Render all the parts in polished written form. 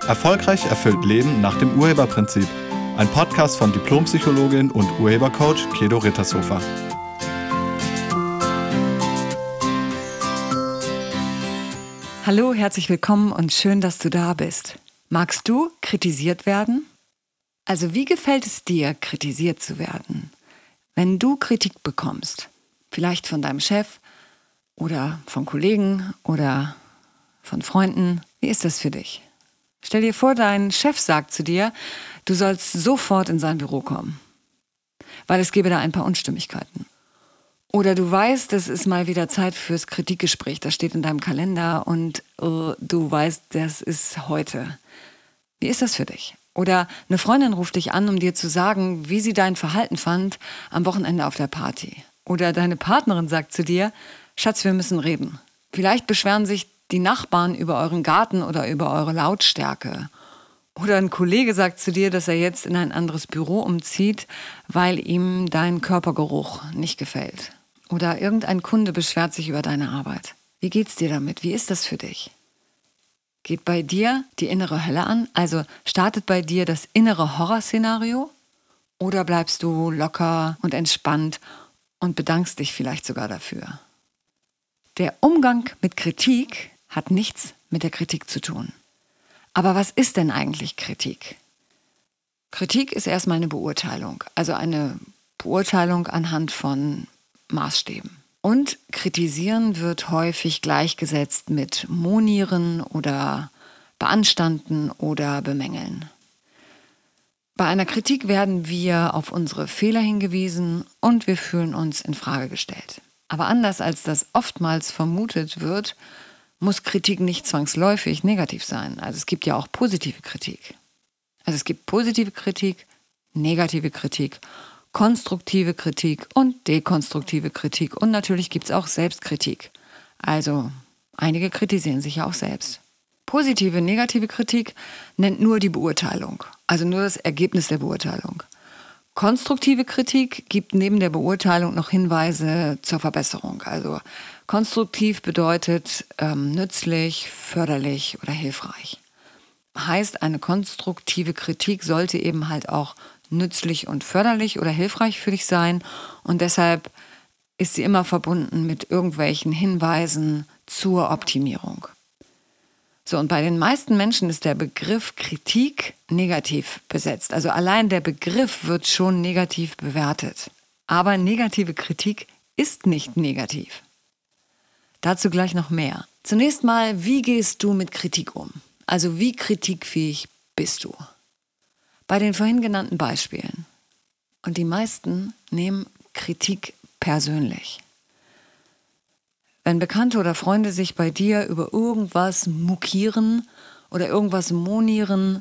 Erfolgreich erfüllt Leben nach dem Urheberprinzip. Ein Podcast von Diplompsychologin und Urhebercoach Kedo Rittershofer. Hallo, herzlich willkommen und schön, dass du da bist. Magst du kritisiert werden? Also wie gefällt es dir, kritisiert zu werden? Wenn du Kritik bekommst, vielleicht von deinem Chef oder von Kollegen oder von Freunden, wie ist das für dich? Stell dir vor, dein Chef sagt zu dir, du sollst sofort in sein Büro kommen, weil es gäbe da ein paar Unstimmigkeiten. Oder du weißt, es ist mal wieder Zeit fürs Kritikgespräch, das steht in deinem Kalender und du weißt, das ist heute. Wie ist das für dich? Oder eine Freundin ruft dich an, um dir zu sagen, wie sie dein Verhalten fand am Wochenende auf der Party. Oder deine Partnerin sagt zu dir, Schatz, wir müssen reden. Vielleicht beschweren sich die Nachbarn über euren Garten oder über eure Lautstärke. Oder ein Kollege sagt zu dir, dass er jetzt in ein anderes Büro umzieht, weil ihm dein Körpergeruch nicht gefällt. Oder irgendein Kunde beschwert sich über deine Arbeit. Wie geht's dir damit? Wie ist das für dich? Geht bei dir die innere Hölle an? Also startet bei dir das innere Horrorszenario? Oder bleibst du locker und entspannt und bedankst dich vielleicht sogar dafür? Der Umgang mit Kritik hat nichts mit der Kritik zu tun. Aber was ist denn eigentlich Kritik? Kritik ist erstmal eine Beurteilung, also eine Beurteilung anhand von Maßstäben. Und kritisieren wird häufig gleichgesetzt mit monieren oder beanstanden oder bemängeln. Bei einer Kritik werden wir auf unsere Fehler hingewiesen und wir fühlen uns in Frage gestellt. Aber anders als das oftmals vermutet wird, muss Kritik nicht zwangsläufig negativ sein. Also es gibt ja auch positive Kritik. Also es gibt positive Kritik, negative Kritik, konstruktive Kritik und dekonstruktive Kritik. Und natürlich gibt es auch Selbstkritik. Also einige kritisieren sich ja auch selbst. Positive, negative Kritik nennt nur die Beurteilung, also nur das Ergebnis der Beurteilung. Konstruktive Kritik gibt neben der Beurteilung noch Hinweise zur Verbesserung. Also konstruktiv bedeutet nützlich, förderlich oder hilfreich. Heißt, eine konstruktive Kritik sollte eben halt auch nützlich und förderlich oder hilfreich für dich sein und deshalb ist sie immer verbunden mit irgendwelchen Hinweisen zur Optimierung. So, und bei den meisten Menschen ist der Begriff Kritik negativ besetzt. Also allein der Begriff wird schon negativ bewertet. Aber negative Kritik ist nicht negativ. Dazu gleich noch mehr. Zunächst mal, wie gehst du mit Kritik um? Also wie kritikfähig bist du? Bei den vorhin genannten Beispielen. Und die meisten nehmen Kritik persönlich. Wenn Bekannte oder Freunde sich bei dir über irgendwas mokieren oder irgendwas monieren,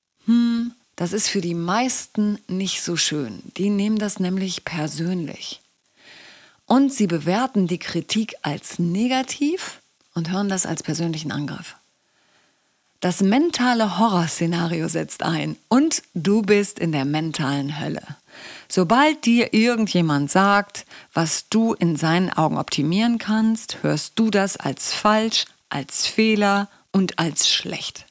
das ist für die meisten nicht so schön. Die nehmen das nämlich persönlich. Und sie bewerten die Kritik als negativ und hören das als persönlichen Angriff. Das mentale Horrorszenario setzt ein und du bist in der mentalen Hölle. Sobald dir irgendjemand sagt, was du in seinen Augen optimieren kannst, hörst du das als falsch, als Fehler und als schlecht.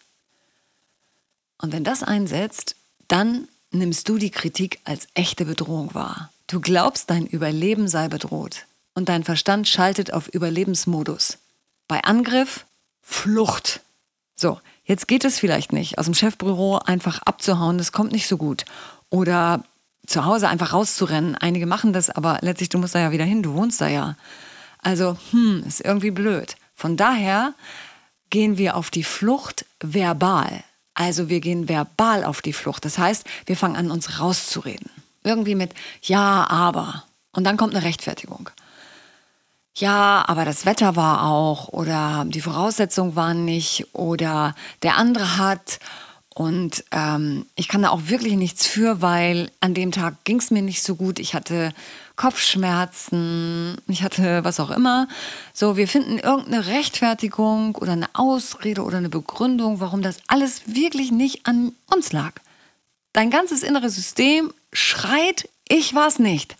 Und wenn das einsetzt, dann nimmst du die Kritik als echte Bedrohung wahr. Du glaubst, dein Überleben sei bedroht und dein Verstand schaltet auf Überlebensmodus. Bei Angriff, Flucht. So, jetzt geht es vielleicht nicht, aus dem Chefbüro einfach abzuhauen, das kommt nicht so gut. Oder zu Hause einfach rauszurennen. Einige machen das, aber letztlich, du musst da ja wieder hin, du wohnst da ja. Also, ist irgendwie blöd. Von daher gehen wir auf die Flucht verbal. Also wir gehen verbal auf die Flucht. Das heißt, wir fangen an, uns rauszureden. Irgendwie mit ja, aber. Und dann kommt eine Rechtfertigung. Ja, aber das Wetter war auch oder die Voraussetzungen waren nicht oder der andere hat und ich kann da auch wirklich nichts für, weil an dem Tag ging es mir nicht so gut. Ich hatte Kopfschmerzen, ich hatte was auch immer. So, wir finden irgendeine Rechtfertigung oder eine Ausrede oder eine Begründung, warum das alles wirklich nicht an uns lag. Dein ganzes inneres System schreit, ich war's nicht.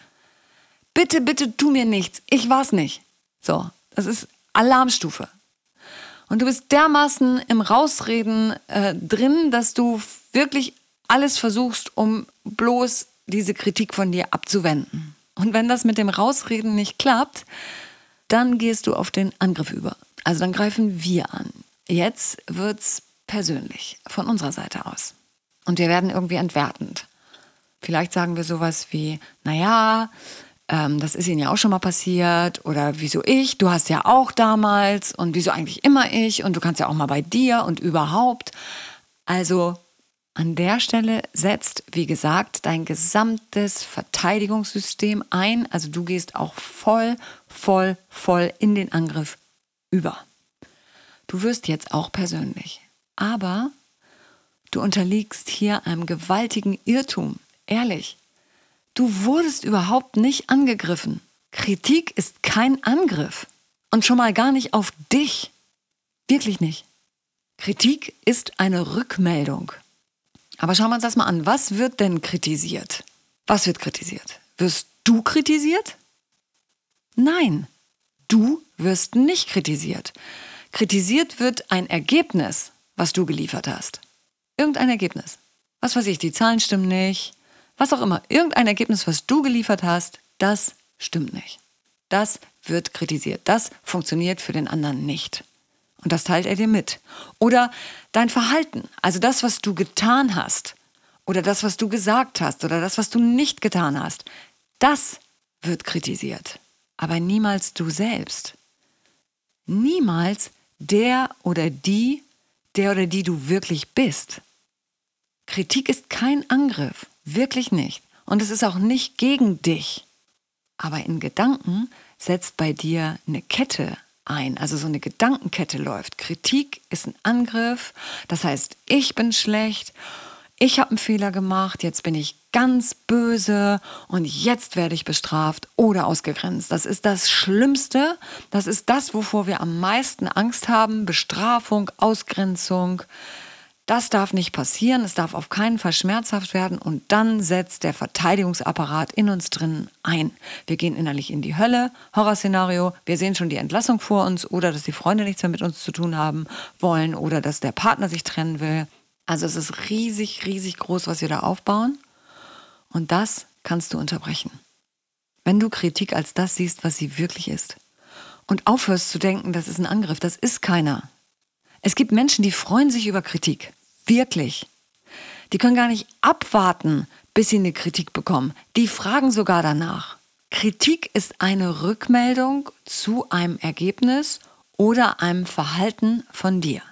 Bitte, bitte tu mir nichts, ich war's nicht. So, das ist Alarmstufe. Und du bist dermaßen im Rausreden drin, dass du wirklich alles versuchst, um bloß diese Kritik von dir abzuwenden. Und wenn das mit dem Rausreden nicht klappt, dann gehst du auf den Angriff über. Also dann greifen wir an. Jetzt wird's persönlich von unserer Seite aus. Und wir werden irgendwie entwertend. Vielleicht sagen wir sowas wie, das ist Ihnen ja auch schon mal passiert. Oder wieso ich? Du hast ja auch damals. Und wieso eigentlich immer ich? Und du kannst ja auch mal bei dir und überhaupt. Also an der Stelle setzt, wie gesagt, dein gesamtes Verteidigungssystem ein. Also du gehst auch voll in den Angriff über. Du wirst jetzt auch persönlich. Aber du unterliegst hier einem gewaltigen Irrtum. Ehrlich, du wurdest überhaupt nicht angegriffen. Kritik ist kein Angriff. Und schon mal gar nicht auf dich. Wirklich nicht. Kritik ist eine Rückmeldung. Aber schauen wir uns das mal an. Was wird denn kritisiert? Was wird kritisiert? Wirst du kritisiert? Nein, du wirst nicht kritisiert. Kritisiert wird ein Ergebnis, was du geliefert hast. Irgendein Ergebnis. Was weiß ich, die Zahlen stimmen nicht. Was auch immer. Irgendein Ergebnis, was du geliefert hast, das stimmt nicht. Das wird kritisiert. Das funktioniert für den anderen nicht. Und das teilt er dir mit. Oder dein Verhalten, also das, was du getan hast. Oder das, was du gesagt hast. Oder das, was du nicht getan hast. Das wird kritisiert. Aber niemals du selbst. Niemals der oder die du wirklich bist. Kritik ist kein Angriff, wirklich nicht. Und es ist auch nicht gegen dich. Aber in Gedanken setzt bei dir eine Kette ein, also so eine Gedankenkette läuft. Kritik ist ein Angriff, das heißt, ich bin schlecht, ich habe einen Fehler gemacht, jetzt bin ich ganz böse und jetzt werde ich bestraft oder ausgegrenzt. Das ist das Schlimmste, das ist das, wovor wir am meisten Angst haben, Bestrafung, Ausgrenzung. Das darf nicht passieren, es darf auf keinen Fall schmerzhaft werden und dann setzt der Verteidigungsapparat in uns drin ein. Wir gehen innerlich in die Hölle, Horrorszenario, wir sehen schon die Entlassung vor uns oder dass die Freunde nichts mehr mit uns zu tun haben wollen oder dass der Partner sich trennen will. Also es ist riesig groß, was wir da aufbauen und das kannst du unterbrechen. Wenn du Kritik als das siehst, was sie wirklich ist und aufhörst zu denken, das ist ein Angriff, das ist keiner. Es gibt Menschen, die freuen sich über Kritik. Wirklich. Die können gar nicht abwarten, bis sie eine Kritik bekommen. Die fragen sogar danach. Kritik ist eine Rückmeldung zu einem Ergebnis oder einem Verhalten von dir.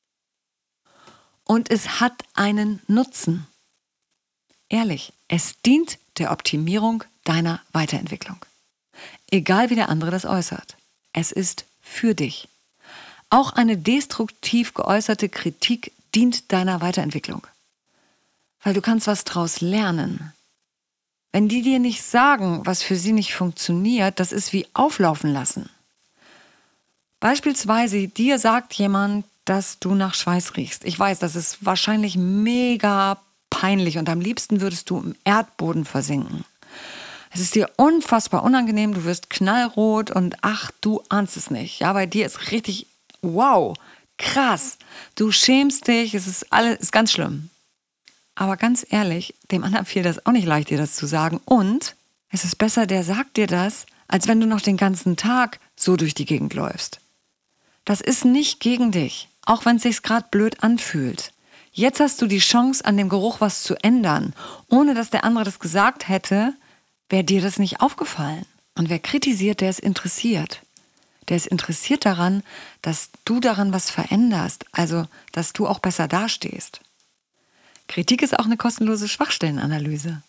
Und es hat einen Nutzen. Ehrlich, es dient der Optimierung deiner Weiterentwicklung. Egal wie der andere das äußert. Es ist für dich. Auch eine destruktiv geäußerte Kritik dient deiner Weiterentwicklung. Weil du kannst was draus lernen. Wenn die dir nicht sagen, was für sie nicht funktioniert, das ist wie auflaufen lassen. Beispielsweise dir sagt jemand, dass du nach Schweiß riechst. Ich weiß, das ist wahrscheinlich mega peinlich und am liebsten würdest du im Erdboden versinken. Es ist dir unfassbar unangenehm, du wirst knallrot und ach, du ahnst es nicht. Ja, bei dir ist richtig, wow, krass. Du schämst dich, es ist ganz schlimm. Aber ganz ehrlich, dem anderen fiel das auch nicht leicht, dir das zu sagen. Und es ist besser, der sagt dir das, als wenn du noch den ganzen Tag so durch die Gegend läufst. Das ist nicht gegen dich, auch wenn es sich gerade blöd anfühlt. Jetzt hast du die Chance, an dem Geruch was zu ändern. Ohne dass der andere das gesagt hätte, wäre dir das nicht aufgefallen. Und wer kritisiert, der ist interessiert. Der ist interessiert daran, dass du daran was veränderst, also dass du auch besser dastehst. Kritik ist auch eine kostenlose Schwachstellenanalyse.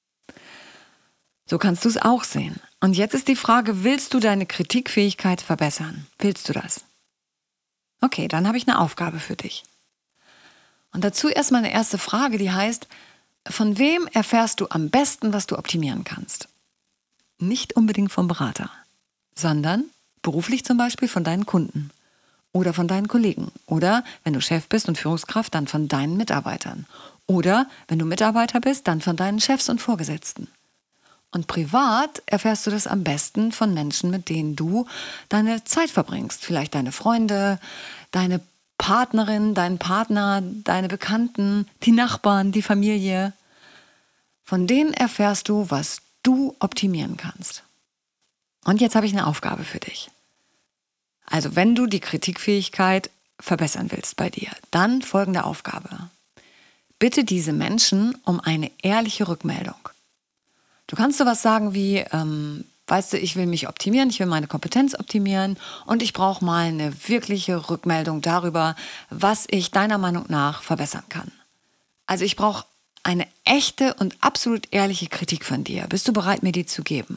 So kannst du es auch sehen. Und jetzt ist die Frage, willst du deine Kritikfähigkeit verbessern? Willst du das? Okay, dann habe ich eine Aufgabe für dich. Und dazu erstmal eine erste Frage, die heißt, von wem erfährst du am besten, was du optimieren kannst? Nicht unbedingt vom Berater, sondern beruflich zum Beispiel von deinen Kunden oder von deinen Kollegen oder, wenn du Chef bist und Führungskraft, dann von deinen Mitarbeitern oder, wenn du Mitarbeiter bist, dann von deinen Chefs und Vorgesetzten. Und privat erfährst du das am besten von Menschen, mit denen du deine Zeit verbringst. Vielleicht deine Freunde, deine Partnerin, deinen Partner, deine Bekannten, die Nachbarn, die Familie. Von denen erfährst du, was du optimieren kannst. Und jetzt habe ich eine Aufgabe für dich. Also wenn du die Kritikfähigkeit verbessern willst bei dir, dann folgende Aufgabe. Bitte diese Menschen um eine ehrliche Rückmeldung. Du kannst sowas sagen wie, weißt du, ich will mich optimieren, ich will meine Kompetenz optimieren und ich brauche mal eine wirkliche Rückmeldung darüber, was ich deiner Meinung nach verbessern kann. Also ich brauche eine echte und absolut ehrliche Kritik von dir. Bist du bereit, mir die zu geben?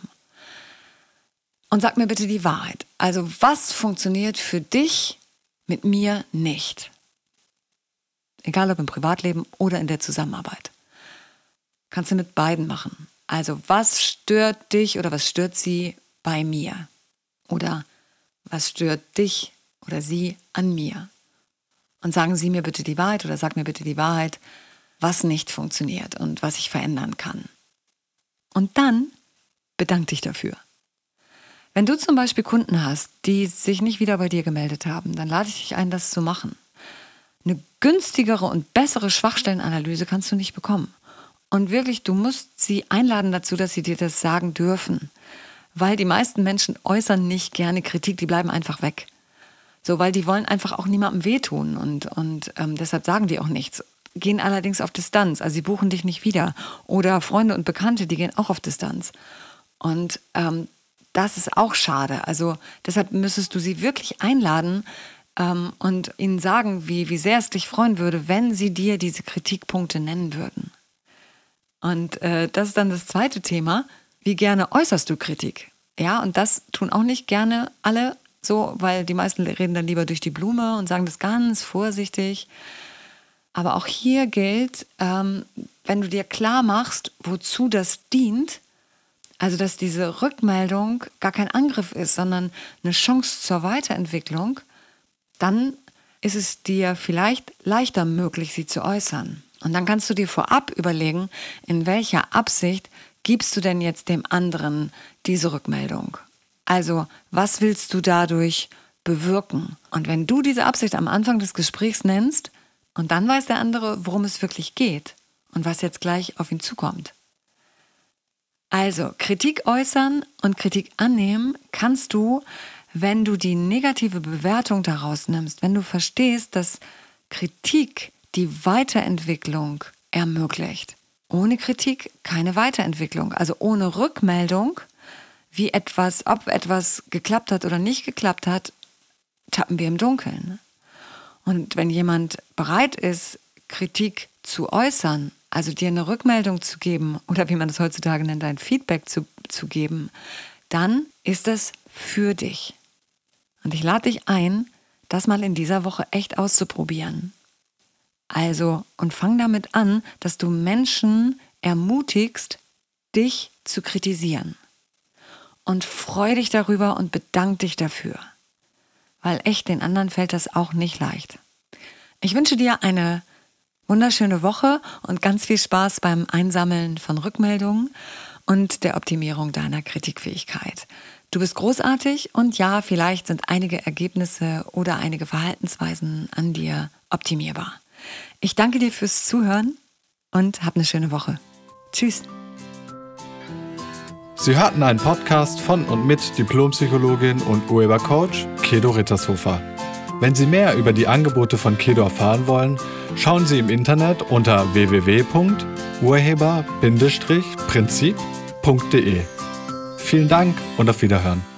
Und sag mir bitte die Wahrheit. Also was funktioniert für dich mit mir nicht? Egal ob im Privatleben oder in der Zusammenarbeit. Kannst du mit beiden machen. Also was stört dich oder was stört sie bei mir? Oder was stört dich oder sie an mir? Und sagen Sie mir bitte die Wahrheit oder sag mir bitte die Wahrheit, was nicht funktioniert und was ich verändern kann. Und dann bedank dich dafür. Wenn du zum Beispiel Kunden hast, die sich nicht wieder bei dir gemeldet haben, dann lade ich dich ein, das zu machen. Eine günstigere und bessere Schwachstellenanalyse kannst du nicht bekommen. Und wirklich, du musst sie einladen dazu, dass sie dir das sagen dürfen. Weil die meisten Menschen äußern nicht gerne Kritik, die bleiben einfach weg. So, weil die wollen einfach auch niemandem wehtun und deshalb sagen die auch nichts. Gehen allerdings auf Distanz, also sie buchen dich nicht wieder. Oder Freunde und Bekannte, die gehen auch auf Distanz. Und das ist auch schade. Also deshalb müsstest du sie wirklich einladen und ihnen sagen, wie sehr es dich freuen würde, wenn sie dir diese Kritikpunkte nennen würden. Und das ist dann das zweite Thema. Wie gerne äußerst du Kritik? Ja, und das tun auch nicht gerne alle so, weil die meisten reden dann lieber durch die Blume und sagen das ganz vorsichtig. Aber auch hier gilt, wenn du dir klar machst, wozu das dient, also dass diese Rückmeldung gar kein Angriff ist, sondern eine Chance zur Weiterentwicklung, dann ist es dir vielleicht leichter möglich, sie zu äußern. Und dann kannst du dir vorab überlegen, in welcher Absicht gibst du denn jetzt dem anderen diese Rückmeldung? Also, was willst du dadurch bewirken? Und wenn du diese Absicht am Anfang des Gesprächs nennst, und dann weiß der andere, worum es wirklich geht und was jetzt gleich auf ihn zukommt. Also, Kritik äußern und Kritik annehmen kannst du, wenn du die negative Bewertung daraus nimmst, wenn du verstehst, dass Kritik die Weiterentwicklung ermöglicht. Ohne Kritik keine Weiterentwicklung. Also ohne Rückmeldung, ob etwas geklappt hat oder nicht geklappt hat, tappen wir im Dunkeln. Und wenn jemand bereit ist, Kritik zu äußern, also dir eine Rückmeldung zu geben oder wie man es heutzutage nennt, ein Feedback zu geben, dann ist es für dich. Und ich lade dich ein, das mal in dieser Woche echt auszuprobieren. Also, und fang damit an, dass du Menschen ermutigst, dich zu kritisieren. Und freu dich darüber und bedank dich dafür. Weil echt, den anderen fällt das auch nicht leicht. Ich wünsche dir eine wunderschöne Woche und ganz viel Spaß beim Einsammeln von Rückmeldungen und der Optimierung deiner Kritikfähigkeit. Du bist großartig und ja, vielleicht sind einige Ergebnisse oder einige Verhaltensweisen an dir optimierbar. Ich danke dir fürs Zuhören und hab eine schöne Woche. Tschüss. Sie hörten einen Podcast von und mit Diplompsychologin und Urhebercoach Kedo Rittershofer. Wenn Sie mehr über die Angebote von Kedo erfahren wollen, schauen Sie im Internet unter www.urheber-prinzip.de. Vielen Dank und auf Wiederhören.